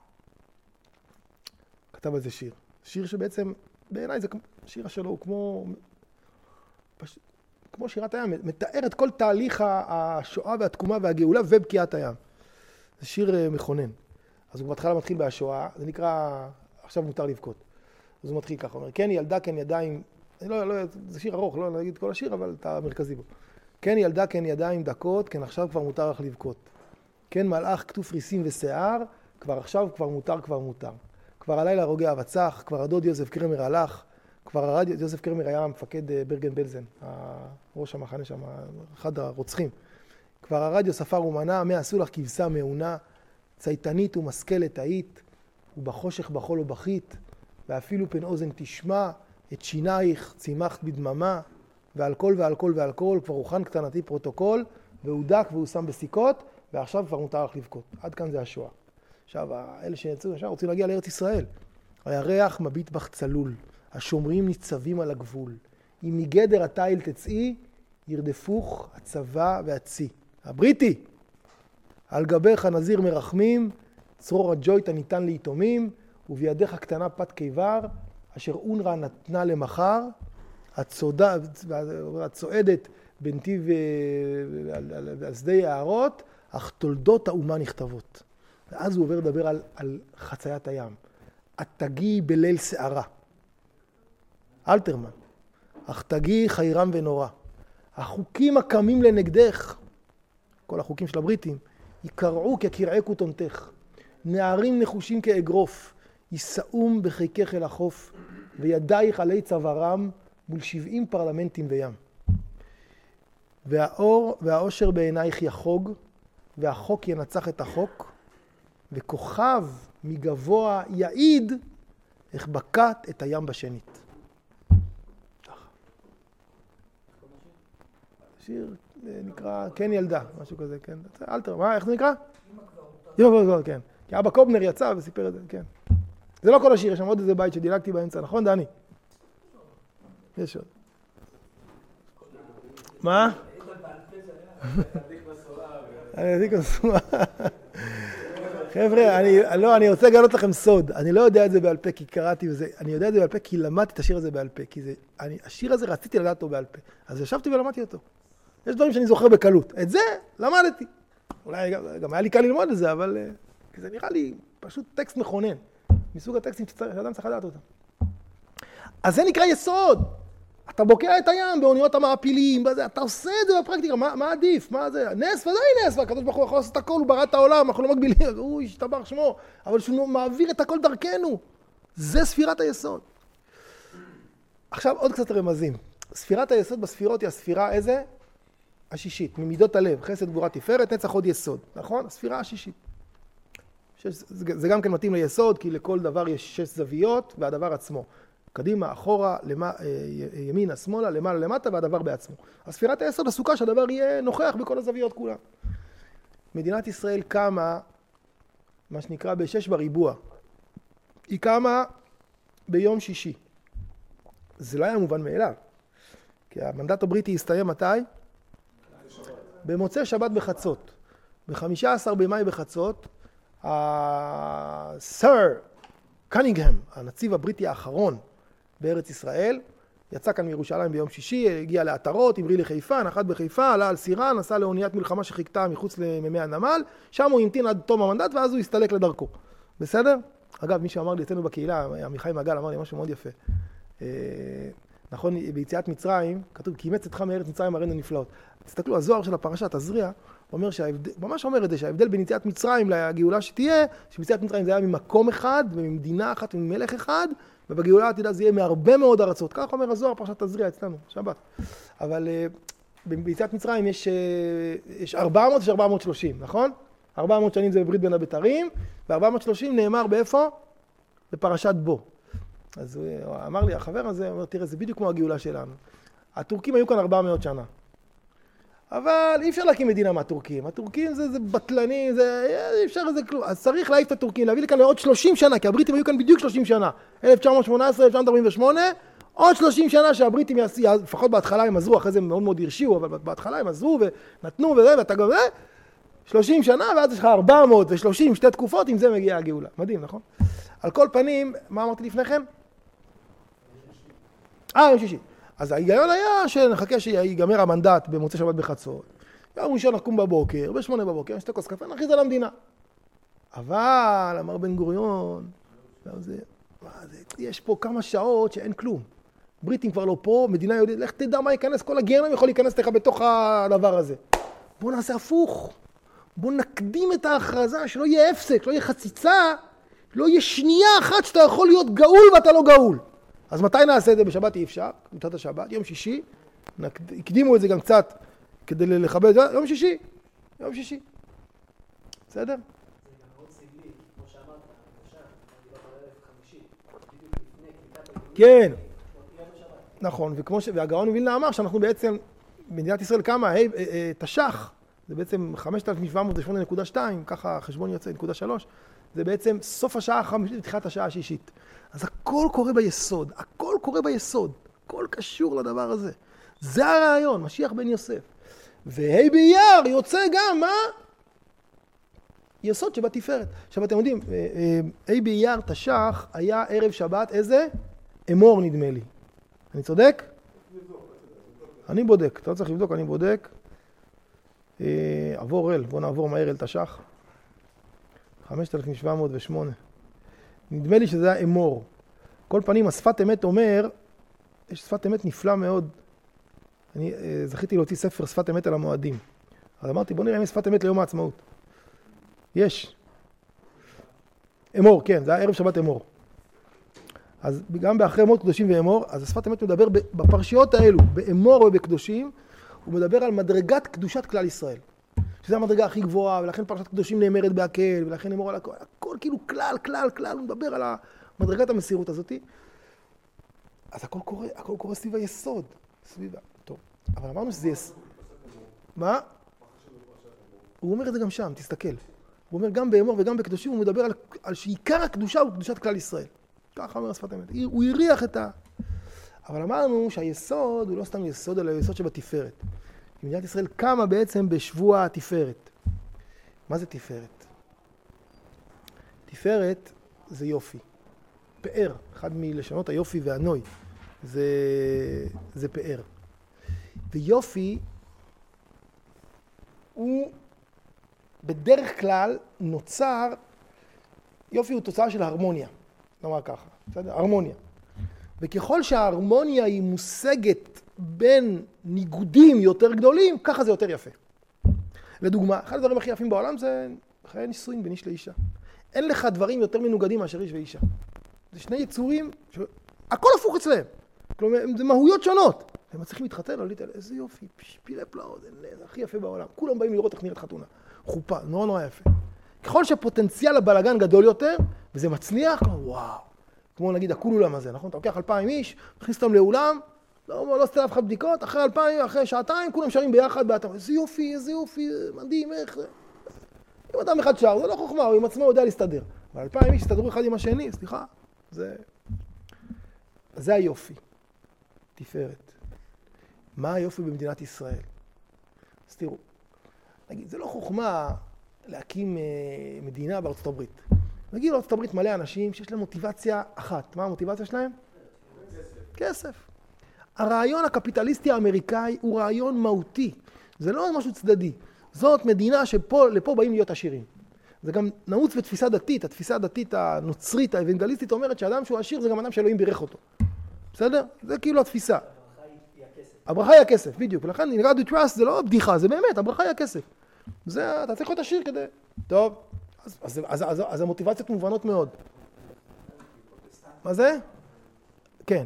כתב על זה שיר. שיר שבעצם, בעיניי זה שיר שלו, הוא כמו, פש... כמו שירת הים, מתאר את כל תהליך השואה והתקומה והגאולה ובקיעת הים. זה שיר מכונן. אז הוא בהתחלה מתחיל בהשואה, זה נקרא, עכשיו מותר לבכות. אז הוא מתחיל ככה, הוא אומר, כן ילדה, כן ידיים, לא, לא, זה שיר ארוך, לא נגיד כל השיר, אבל אתה מרכזי בו. כן ילדה, כן ידיים דקות, כן עכשיו כבר מותר לך לבכות. כן מלאך כתוף ריסים ושיער, כבר עכשיו כבר מותר, כבר מותר. כבר הלילה רוגע הבצח, כבר הדוד יוסף קרמר הלך, כבר הרד יוסף קרמר היה מפקד ברגן בלזן, ראש המחנה שם, אחד הרוצחים. כבר הרדיו ספר ומנה, מה עשו לך כבשה מעונה, צייתנית ומשכלת היית, ובחושך בחול ובחית, ואפילו פן אוזן תשמע, את שינייך צימחת בדממה, ועל כל ועל כל ועל כל, כבר הוכן קטנתי פרוטוקול, והוא דק והוא שם בסיכות, ועכשיו כבר מותר לך לבכות. עד כאן זה השואה. עכשיו, האלה שיצאו ישר רוצים להגיע לארץ ישראל. הירח מביט בך צלול, השומרים ניצבים על הגבול. אם מגדר התיל תצאי, ירדפוך הצבא והצי. הבריטי, על גביך נזיר מרחמים, צרור הג'ויט הניתן ליתומים, ובידיך קטנה פת קיבר, אשר אונר"א נתנה למחר, הצועדת בנתיב על שדה יערות, אך תולדות האומה נכתבות. ואז הוא עובר לדבר על, על חציית הים. את תגיעי בליל שערה. אלתרמן. אך תגיעי חיירם ונורא. החוקים הקמים לנגדך, כל החוקים של הבריטים, יקרעו כקרעי כותונתך. נערים נחושים כאגרוף, יישאום בחיקך אל החוף, וידייך עלי צווארם מול שבעים פרלמנטים בים. והאור והאושר בעינייך יחוג, והחוק ינצח את החוק, וכוכב מגבוה יעיד איך בקעת את הים בשנית. שיר נקרא כן ילדה, משהו כזה, כן. אלתר, מה, איך זה נקרא? אמא כבר אותה. כן. כי אבא קובנר יצא וסיפר את זה, כן. זה לא כל השיר, יש שם עוד איזה בית שדילגתי באמצע, נכון דני? יש עוד. מה? אני אדיק מסורה. חבר'ה, אני, לא, אני רוצה לגלות לכם סוד. אני לא יודע את זה בעל פה כי קראתי וזה. אני יודע את זה בעל פה כי למדתי את השיר הזה בעל פה. כי זה, אני, השיר הזה רציתי לדעת אותו בעל פה. אז ישבתי ולמדתי אותו. יש דברים שאני זוכר בקלות. את זה למדתי. אולי גם, גם היה לי קל ללמוד את זה, אבל uh, זה נראה לי פשוט טקסט מכונן. מסוג הטקסטים שאדם צריך לדעת אותם. אז זה נקרא יסוד. אתה בוקע את הים באוניות המעפילים, בזה, אתה עושה את זה בפרקטיקה, מה, מה עדיף? מה זה? נס ודאי נס, והקדוש ברוך הוא יכול לעשות את הכל, הוא ברא את העולם, אנחנו לא מגבילים, הוא ישתבח שמו, אבל שהוא מעביר את הכל דרכנו. זה ספירת היסוד. עכשיו עוד קצת רמזים. ספירת היסוד בספירות היא הספירה איזה? השישית, ממידות הלב, חסד גבורה תפארת, נצח עוד יסוד, נכון? הספירה השישית. שש, זה גם כן מתאים ליסוד, כי לכל דבר יש שש זוויות, והדבר עצמו. קדימה, אחורה, למה, ימינה, שמאלה, למעלה, למטה, והדבר בעצמו. הספירת היסוד עסוקה שהדבר יהיה נוכח בכל הזוויות כולה. מדינת ישראל קמה, מה שנקרא בשש בריבוע. היא קמה ביום שישי. זה לא היה מובן מאליו. כי המנדט הבריטי הסתיים מתי? במוצאי שבת בחצות. ב-חמישה עשר במאי בחצות, הסר קנינגהם, הנציב הבריטי האחרון בארץ ישראל, יצא כאן מירושלים ביום שישי, הגיע לאתרות, המריא לחיפה, נחת בחיפה, עלה על סירה, נסע לאוניית מלחמה שחיכתה מחוץ למימי הנמל, שם הוא המתין עד תום המנדט ואז הוא הסתלק לדרכו. בסדר? אגב, מי שאמר לי אצלנו בקהילה, עמיחי מגל, אמר לי משהו מאוד יפה. נכון, ביציאת מצרים, כתוב, כי אימץ אתך מארץ מצרים הראינו נפלאות. תסתכלו, הזוהר של הפרשה, תזריע, אומר שההבדל, ממש אומר את זה, שההבדל בין יציאת מצרים לגאולה שתהיה, שביציאת מצרים זה היה ממקום אחד, ממדינה אחת, ממלך אחד, ובגאולה עתידה זה יהיה מהרבה מאוד ארצות. כך אומר הזוהר, פרשת תזריע אצלנו, שבת. אבל ביציאת מצרים יש, יש ארבע מאות, יש ארבע מאות ושלושים, נכון? ארבע מאות שנים זה בברית בין הבתרים, ו-ארבע מאות ושלושים נאמר באיפה? בפרשת בו. אז הוא אמר לי, החבר הזה, אומר, תראה, זה בדיוק כמו הגאולה שלנו. הטורקים היו כאן ארבע מאות שנה. אבל אי אפשר להקים מדינה מהטורקים. הטורקים זה, זה בטלנים, זה, אי אפשר לזה כלום. אז צריך להעיף את הטורקים, להביא לכאן לעוד שלושים שנה, כי הבריטים היו כאן בדיוק שלושים שנה. אלף תשע מאות שמונה עשרה, אלף תשע מאות ארבעים ושמונה, עוד שלושים שנה שהבריטים יעשו, לפחות בהתחלה הם עזרו, אחרי זה הם מאוד מאוד הרשיעו, אבל בהתחלה הם עזרו ונתנו וזה, ואתה גם זה, שלושים שנה, ואז יש לך ארבע מאות ושלושים, שתי תקופות, עם זה מגיעה הגאולה. מדהים, נכון? על כל פנים, מה אמרתי לפניכם? אה, יום שישי. אז ההיגיון היה שנחכה שיגמר המנדט במוצאי שבת בחצות. יום ראשון נקום בבוקר, בשמונה בבוקר, נשתה כוס קפה, נכריז על המדינה. אבל, אמר בן גוריון, זה, זה, יש פה כמה שעות שאין כלום. בריטים כבר לא פה, מדינה יהודית, לך תדע מה ייכנס, כל הגרנם יכול להיכנס לך בתוך הדבר הזה. בוא נעשה הפוך. בוא נקדים את ההכרזה, שלא יהיה הפסק, לא יהיה חציצה, לא יהיה שנייה אחת שאתה יכול להיות גאול ואתה לא גאול. אז מתי נעשה את זה? בשבת אי אפשר, בתחילת השבת, יום שישי, הקדימו את זה גם קצת כדי לכבד את זה, יום שישי, יום שישי. בסדר? זה גם מאוד סגלי, כמו שאמרת, למשל, אני לא מראה אלף חמישי, בדיוק לפני קליטת הגאולה. כן. נכון, וכמו ש... והגאון מווילנה אמר שאנחנו בעצם, מדינת ישראל קמה, היי, תש"ח, זה בעצם חמשת אלפים שבע מאות ושמונה נקודה שתיים, ככה חשבון יוצא, נקודה שלוש, זה בעצם סוף השעה החמישית ותחילת השעה השישית. אז הכל קורה ביסוד, הכל קורה ביסוד, הכל קשור לדבר הזה. זה הרעיון, משיח בן יוסף. והי באייר יוצא גם, מה? יסוד שבתפארת. עכשיו אתם יודעים, הי באייר תש"ח היה ערב שבת, איזה? אמור נדמה לי. אני צודק? אני בודק, אתה לא צריך לבדוק, אני בודק. עבור אל, בוא נעבור מהר אל תש"ח. חמשת אלפים שבע מאות ושמונה. נדמה לי שזה היה אמור. כל פנים, השפת אמת אומר, יש שפת אמת נפלא מאוד. אני זכיתי להוציא ספר שפת אמת על המועדים. אז אמרתי, בוא נראה אם יש שפת אמת ליום העצמאות. יש. אמור, כן, זה היה ערב שבת אמור. אז גם באחרי אמור קדושים ואמור, אז השפת אמת מדבר בפרשיות האלו, באמור ובקדושים, הוא מדבר על מדרגת קדושת כלל ישראל. שזו המדרגה הכי גבוהה, ולכן פרשת קדושים נאמרת בהקל, ולכן אמור על הכל, הכל כאילו כלל, כלל, כלל, הוא מדבר על מדרגת המסירות הזאת. אז הכל קורה, הכל קורה סביב היסוד, סביב, טוב, אבל אמרנו שזה יסוד. מה? הוא אומר את זה גם שם, תסתכל. הוא אומר גם באמור וגם בקדושים, הוא מדבר על, על שעיקר הקדושה הוא קדושת כלל ישראל. ככה אומר השפת אמת. הוא הריח את ה... אבל אמרנו שהיסוד הוא לא סתם יסוד, אלא יסוד שבתפארת. מדינת ישראל קמה בעצם בשבוע התפארת. מה זה תפארת? תפארת זה יופי. פאר, אחד מלשונות היופי והנוי, זה, זה פאר. ויופי הוא בדרך כלל נוצר, יופי הוא תוצאה של הרמוניה, נאמר ככה, בסדר? הרמוניה. וככל שההרמוניה היא מושגת בין ניגודים יותר גדולים, ככה זה יותר יפה. לדוגמה, אחד הדברים הכי יפים בעולם זה חיי נישואין בין איש לאישה. אין לך דברים יותר מנוגדים מאשר איש ואישה. זה שני יצורים, ש... הכל הפוך אצלהם. כלומר, זה מהויות שונות. הם מצליחים להתחתן, לא להתעלה, איזה יופי, פילי פלאות, זה הכי יפה בעולם. כולם באים לראות איך נראית חתונה. חופה, נורא נורא יפה. ככל שהפוטנציאל הבלגן גדול יותר, וזה מצליח, כמו וואו. כמו נגיד הקולולם הזה, נכון? אתה לוקח אלפיים איש, מכניס אותם לאולם, לא, לא עושה אף אחד בדיקות, אחרי אלפיים, אחרי שעתיים, כולם שרים ביחד, באתם, איזה יופי, איזה יופי, מדהים, איך זה. אם אדם אחד שר, זה לא חוכמה, הוא עם עצמו יודע להסתדר. אבל אלפיים איש הסתדרו אחד עם השני, סליחה, זה... זה היופי, תפארת. מה היופי במדינת ישראל? אז תראו, נגיד, זה לא חוכמה להקים אה, מדינה בארצות הברית. נגיד בארצות הברית מלא אנשים שיש להם מוטיבציה אחת. מה המוטיבציה שלהם? כסף. כסף. הרעיון הקפיטליסטי האמריקאי הוא רעיון מהותי. זה לא משהו צדדי. זאת מדינה שפה, לפה באים להיות עשירים. זה גם נעוץ בתפיסה דתית. התפיסה הדתית הנוצרית, האוונגליסטית, אומרת שאדם שהוא עשיר זה גם אדם שאלוהים בירך אותו. בסדר? זה כאילו התפיסה. הברכה היא הכסף. הברכה היא הכסף, בדיוק. ולכן, in God we trust זה לא בדיחה, זה באמת, הברכה היא הכסף. זה, אתה צריך להיות עשיר כדי... טוב, אז, אז, אז, אז, אז המוטיבציות מובנות מאוד. מה זה? כן.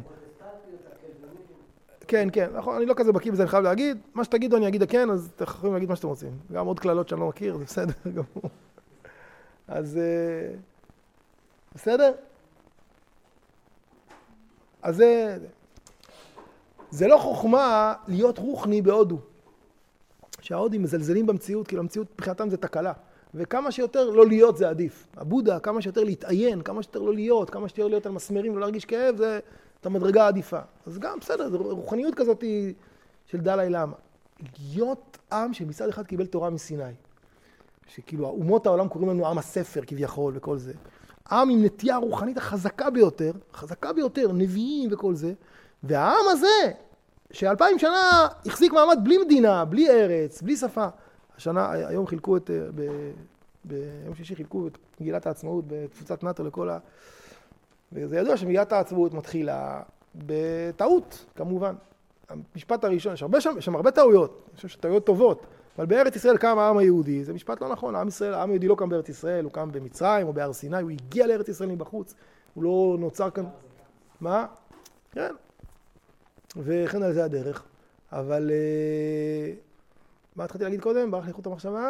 כן, כן, נכון, אני לא כזה בקיא בזה, אני חייב להגיד. מה שתגידו אני אגיד כן, אז אתם יכולים להגיד מה שאתם רוצים. גם עוד כללות שאני לא מכיר, זה בסדר גמור. אז... בסדר? אז זה... זה לא חוכמה להיות רוחני בהודו. שההודים מזלזלים במציאות, כאילו המציאות מבחינתם זה תקלה. וכמה שיותר לא להיות זה עדיף. הבודה, כמה שיותר להתעיין, כמה שיותר לא להיות, כמה שיותר להיות על מסמרים ולא להרגיש כאב, זה את המדרגה העדיפה. אז גם בסדר, זו רוחניות כזאת של דלאי למה. להיות עם שמצד אחד קיבל תורה מסיני. שכאילו אומות העולם קוראים לנו עם הספר כביכול וכל זה. עם עם נטייה הרוחנית החזקה ביותר, חזקה ביותר, נביאים וכל זה. והעם הזה, שאלפיים שנה החזיק מעמד בלי מדינה, בלי ארץ, בלי שפה. השנה, היום חילקו את, ב, ביום שישי חילקו את מגילת העצמאות בתפוצת נאט"ו לכל ה... וזה ידוע שמגילת העצמאות מתחילה בטעות, כמובן. המשפט הראשון, יש הרבה שם, יש שם הרבה טעויות, אני חושב שטעויות טובות, אבל בארץ ישראל קם העם היהודי, זה משפט לא נכון, העם ישראל, העם היהודי לא קם בארץ ישראל, הוא קם במצרים או בהר סיני, הוא הגיע לארץ ישראל מבחוץ, הוא לא נוצר כאן... מה? כן. וכן על זה הדרך. אבל... מה התחלתי להגיד קודם? ברח לי חוט המחשבה?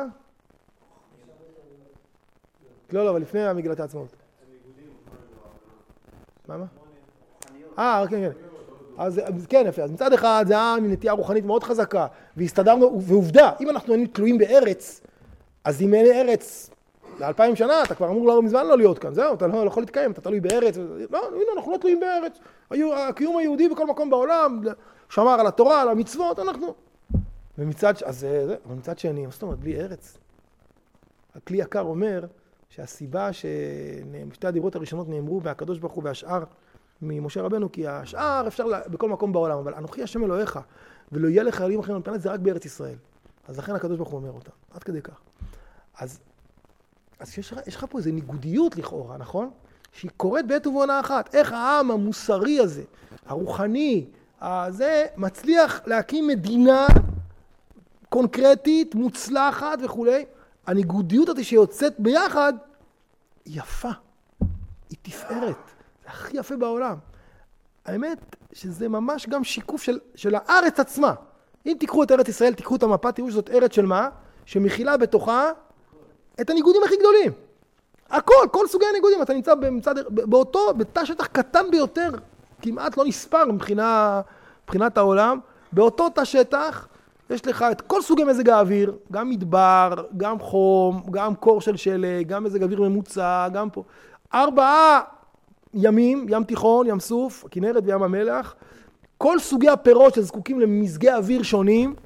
לא, לא, אבל לפני המגילת העצמאות. מה, מה? אה, כן, כן. אז כן, יפה. אז מצד אחד זה עם עם נטייה רוחנית מאוד חזקה, והסתדרנו, ועובדה, אם אנחנו היינו תלויים בארץ, אז אם אין ארץ, לאלפיים שנה, אתה כבר אמור לא מזמן לא להיות כאן, זהו, אתה לא יכול להתקיים, אתה תלוי בארץ. לא, הנה, אנחנו לא תלויים בארץ. הקיום היהודי בכל מקום בעולם, שמר על התורה, על המצוות, אנחנו... ומצד, אז זה, אבל מצד שני, מה זאת אומרת, בלי ארץ? הכלי יקר אומר שהסיבה ששתי הדיברות הראשונות נאמרו מהקדוש ברוך הוא והשאר ממשה רבנו, כי השאר אפשר בכל מקום בעולם, אבל אנוכי השם אלוהיך, ולא יהיה לך אלוהים אחרים על פני, זה רק בארץ ישראל. אז לכן הקדוש ברוך הוא אומר אותה, עד כדי כך. אז, אז יש, יש לך פה איזו ניגודיות לכאורה, נכון? שהיא קורית בעת ובעונה אחת. איך העם המוסרי הזה, הרוחני, הזה, מצליח להקים מדינה קונקרטית, מוצלחת וכולי. הניגודיות הזאת שיוצאת ביחד, היא יפה. היא תפארת. זה הכי יפה בעולם. האמת שזה ממש גם שיקוף של, של הארץ עצמה. אם תיקחו את ארץ ישראל, תיקחו את המפה, תראו שזאת ארץ של מה? שמכילה בתוכה את הניגודים הכי גדולים. הכל, כל סוגי הניגודים. אתה נמצא במצד, באותו, בתא שטח קטן ביותר, כמעט לא נספר מבחינה, מבחינת העולם. באותו תא שטח, יש לך את כל סוגי מזג האוויר, גם מדבר, גם חום, גם קור של שלג, גם מזג אוויר ממוצע, גם פה. ארבעה ימים, ים תיכון, ים סוף, כנרת וים המלח, כל סוגי הפירות שזקוקים למזגי אוויר שונים,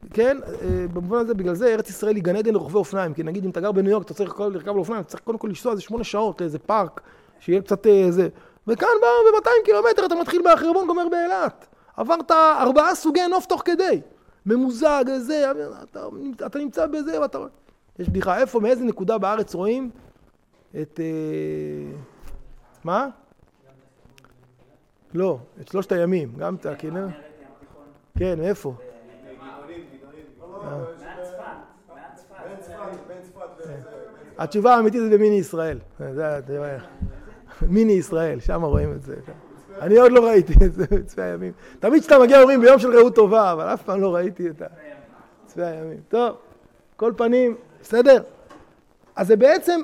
כן, במובן הזה, בגלל זה ארץ ישראל היא גן עדן לרוכבי אופניים, כי נגיד אם אתה גר בניו יורק, אתה צריך לרכב על אופניים, אתה צריך קודם כל לנסוע איזה שמונה שעות לאיזה פארק, שיהיה קצת איזה... וכאן ב-מאתיים קילומטר אתה מתחיל בחרבון, גומר באילת. עברת ארבעה סוגי נוף תוך כדי. ממוזג, זה, אתה, אתה נמצא בזה, ואתה... יש בדיחה, איפה, מאיזה נקודה בארץ רואים את... מה? לא, את שלושת הימים, גם את הכנר. כן, מאיפה? התשובה האמיתית זה במיני ישראל. מיני ישראל, שם רואים את זה. אני עוד לא ראיתי את זה בצפי הימים. תמיד שאתה מגיע אומרים ביום של רעות טובה, אבל אף פעם לא ראיתי את צפי הימים. טוב, כל פנים, בסדר? אז זה בעצם,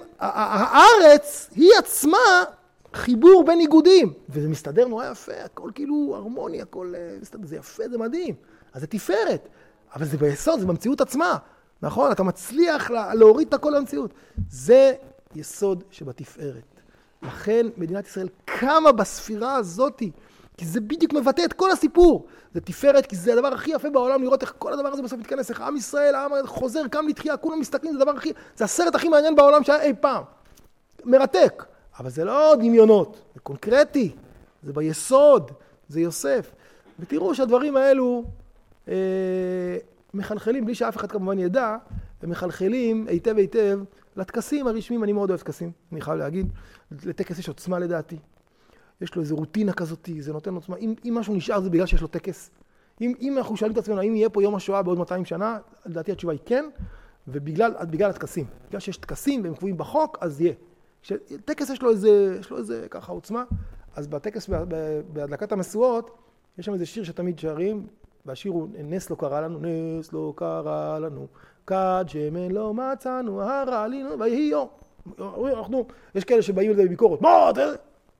הארץ היא עצמה חיבור בין איגודים, וזה מסתדר נורא יפה, הכל כאילו הרמוני, הכל מסתדר, זה יפה, זה מדהים. אז זה תפארת, אבל זה ביסוד, זה במציאות עצמה. נכון? אתה מצליח להוריד את הכל למציאות. זה יסוד שבתפארת. לכן מדינת ישראל קמה בספירה הזאת, כי זה בדיוק מבטא את כל הסיפור. זה תפארת, כי זה הדבר הכי יפה בעולם, לראות איך כל הדבר הזה בסוף מתכנס, איך עם ישראל, העם חוזר, קם לתחייה, כולם מסתכלים, זה הדבר הכי, זה הסרט הכי מעניין בעולם שהיה אי פעם. מרתק. אבל זה לא דמיונות, זה קונקרטי, זה ביסוד, זה יוסף. ותראו שהדברים האלו אה, מחלחלים, בלי שאף אחד כמובן ידע, הם מחלחלים היטב היטב לטקסים הרשמיים. אני מאוד אוהב טקסים, אני חייב להגיד. לטקס יש עוצמה לדעתי. יש לו איזו רוטינה כזאת, זה נותן עוצמה. אם, אם משהו נשאר זה בגלל שיש לו טקס. אם, אם אנחנו שואלים את עצמנו, האם יהיה פה יום השואה בעוד מאתיים שנה, לדעתי התשובה היא כן, ובגלל בגלל הטקסים. בגלל שיש טקסים והם קבועים בחוק, אז יהיה. טקס יש לו איזה, יש לו איזה ככה עוצמה. אז בטקס, בהדלקת המשואות, יש שם איזה שיר שתמיד שרים, והשיר הוא נס לא קרה לנו, נס לא קרה לנו, כד שמן לא מצאנו, הרע עלינו, ויהי יום. אנחנו, יש כאלה שבאים לזה בביקורת, מה, אתה...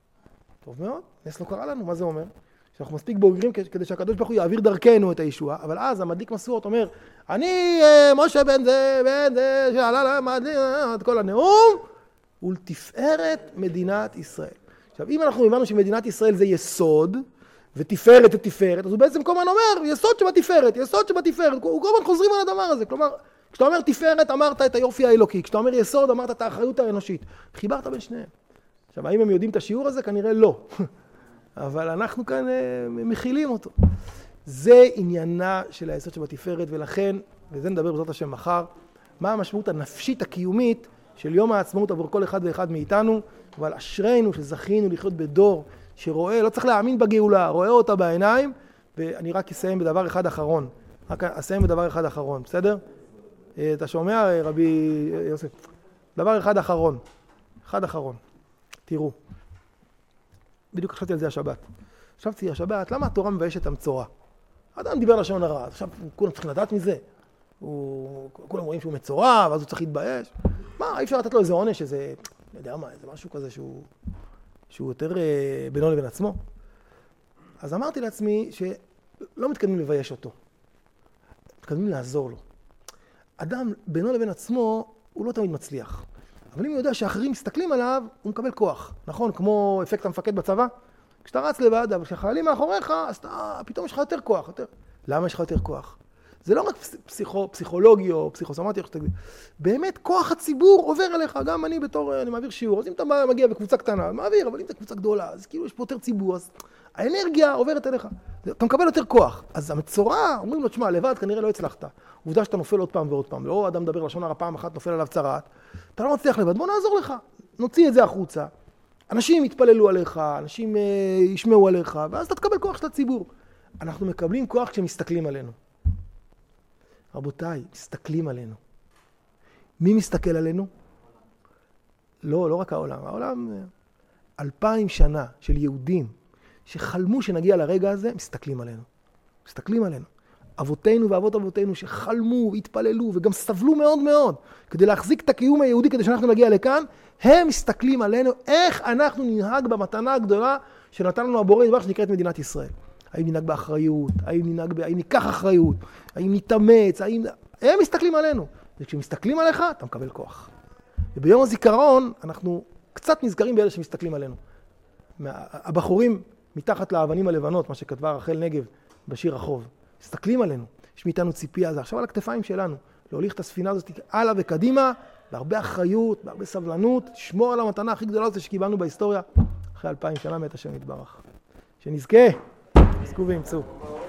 טוב מאוד, נס לא קרה לנו, מה זה אומר? שאנחנו מספיק בוגרים כדי שהקדוש ברוך הוא יעביר דרכנו את הישועה, אבל אז המדליק משואות אומר, אני משה בן זה, בן זה, שעלה למדליק, את כל הנאום, ולתפארת מדינת ישראל. עכשיו, אם אנחנו הבנו שמדינת ישראל זה יסוד, ותפארת ותפארת, אז הוא בעצם כל הזמן אומר, יסוד שבתפארת, יסוד שבתפארת, הוא כל הזמן חוזרים על הדבר הזה. כלומר, כשאתה אומר תפארת, אמרת את היופי האלוקי, כשאתה אומר יסוד, אמרת את האחריות האנושית. חיברת בין שניהם. עכשיו, האם הם יודעים את השיעור הזה? כנראה לא. אבל אנחנו כאן מכילים אותו. זה עניינה של היסוד שבתפארת, ולכן, וזה נדבר בעזרת השם מחר, מה המשמעות הנפשית הקיומית של יום העצמאות עבור כל אחד ואחד מאיתנו, אבל אשרינו שזכינו לחיות בדור שרואה, לא צריך להאמין בגאולה, רואה אותה בעיניים, ואני רק אסיים בדבר אחד אחרון. רק אסיים בדבר אחד אחרון, בסדר? אתה שומע, רבי יוסף? דבר אחד אחרון. אחד אחרון. תראו. בדיוק חשבתי על זה השבת. חשבתי השבת, למה התורה מביישת המצורע? האדם דיבר לשון הרע, עכשיו כולם צריכים לדעת מזה. הוא, כולם רואים שהוא מצורע, ואז הוא צריך להתבייש. מה, אי אפשר לתת לו איזה עונש, איזה, לא יודע מה, איזה משהו כזה שהוא, שהוא יותר אה, בינו לבין עצמו. אז אמרתי לעצמי שלא מתקדמים לבייש אותו. מתקדמים לעזור לו. אדם בינו לבין עצמו, הוא לא תמיד מצליח. אבל אם הוא יודע שאחרים מסתכלים עליו, הוא מקבל כוח. נכון? כמו אפקט המפקד בצבא. כשאתה רץ לבד, אבל כשחיילים מאחוריך, אז אתה, פתאום יש לך יותר כוח. יותר. למה יש לך יותר כוח? זה לא רק פסיכו, פסיכולוגי או פסיכוסומטי, באמת כוח הציבור עובר אליך, גם אני בתור, אני מעביר שיעור, אז אם אתה מגיע בקבוצה קטנה, מעביר, אבל אם אתה קבוצה גדולה, אז כאילו יש פה יותר ציבור, אז האנרגיה עוברת אליך, אתה מקבל יותר כוח. אז המצורע, אומרים לו, תשמע, לבד כנראה לא הצלחת, עובדה שאתה נופל עוד פעם ועוד פעם, לא אדם מדבר לשון הרע פעם אחת, נופל עליו צרעת, אתה לא מצליח לבד, בוא נעזור לך, נוציא את זה החוצה, אנשים יתפללו עליך, אנשים ישמעו עליך, ואז אתה תקבל כוח של הציבור. אנחנו מקבלים כוח כשמסתכלים עלינו. רבותיי, מסתכלים עלינו. מי מסתכל עלינו? לא, לא רק העולם. העולם, אלפיים שנה של יהודים שחלמו שנגיע לרגע הזה, מסתכלים עלינו. מסתכלים עלינו. אבותינו ואבות אבותינו שחלמו, התפללו וגם סבלו מאוד מאוד כדי להחזיק את הקיום היהודי כדי שאנחנו נגיע לכאן, הם מסתכלים עלינו איך אנחנו ננהג במתנה הגדולה שנתן לנו הבורא דבר שנקראת מדינת ישראל. האם ננהג באחריות, האם ננהג, האם ניקח אחריות, האם נתאמץ, האם... הם מסתכלים עלינו. וכשמסתכלים עליך, אתה מקבל כוח. וביום הזיכרון, אנחנו קצת נזכרים באלה שמסתכלים עלינו. הבחורים מתחת לאבנים הלבנות, מה שכתבה רחל נגב בשיר החוב, מסתכלים עלינו. יש מאיתנו ציפייה, זה עכשיו על הכתפיים שלנו, להוליך את הספינה הזאת הלאה וקדימה, בהרבה אחריות, בהרבה סבלנות, שמור על המתנה הכי גדולה הזאת שקיבלנו בהיסטוריה, אחרי אלפיים שנה מאת השם יתברך. שנזכה, נזכו וימצאו.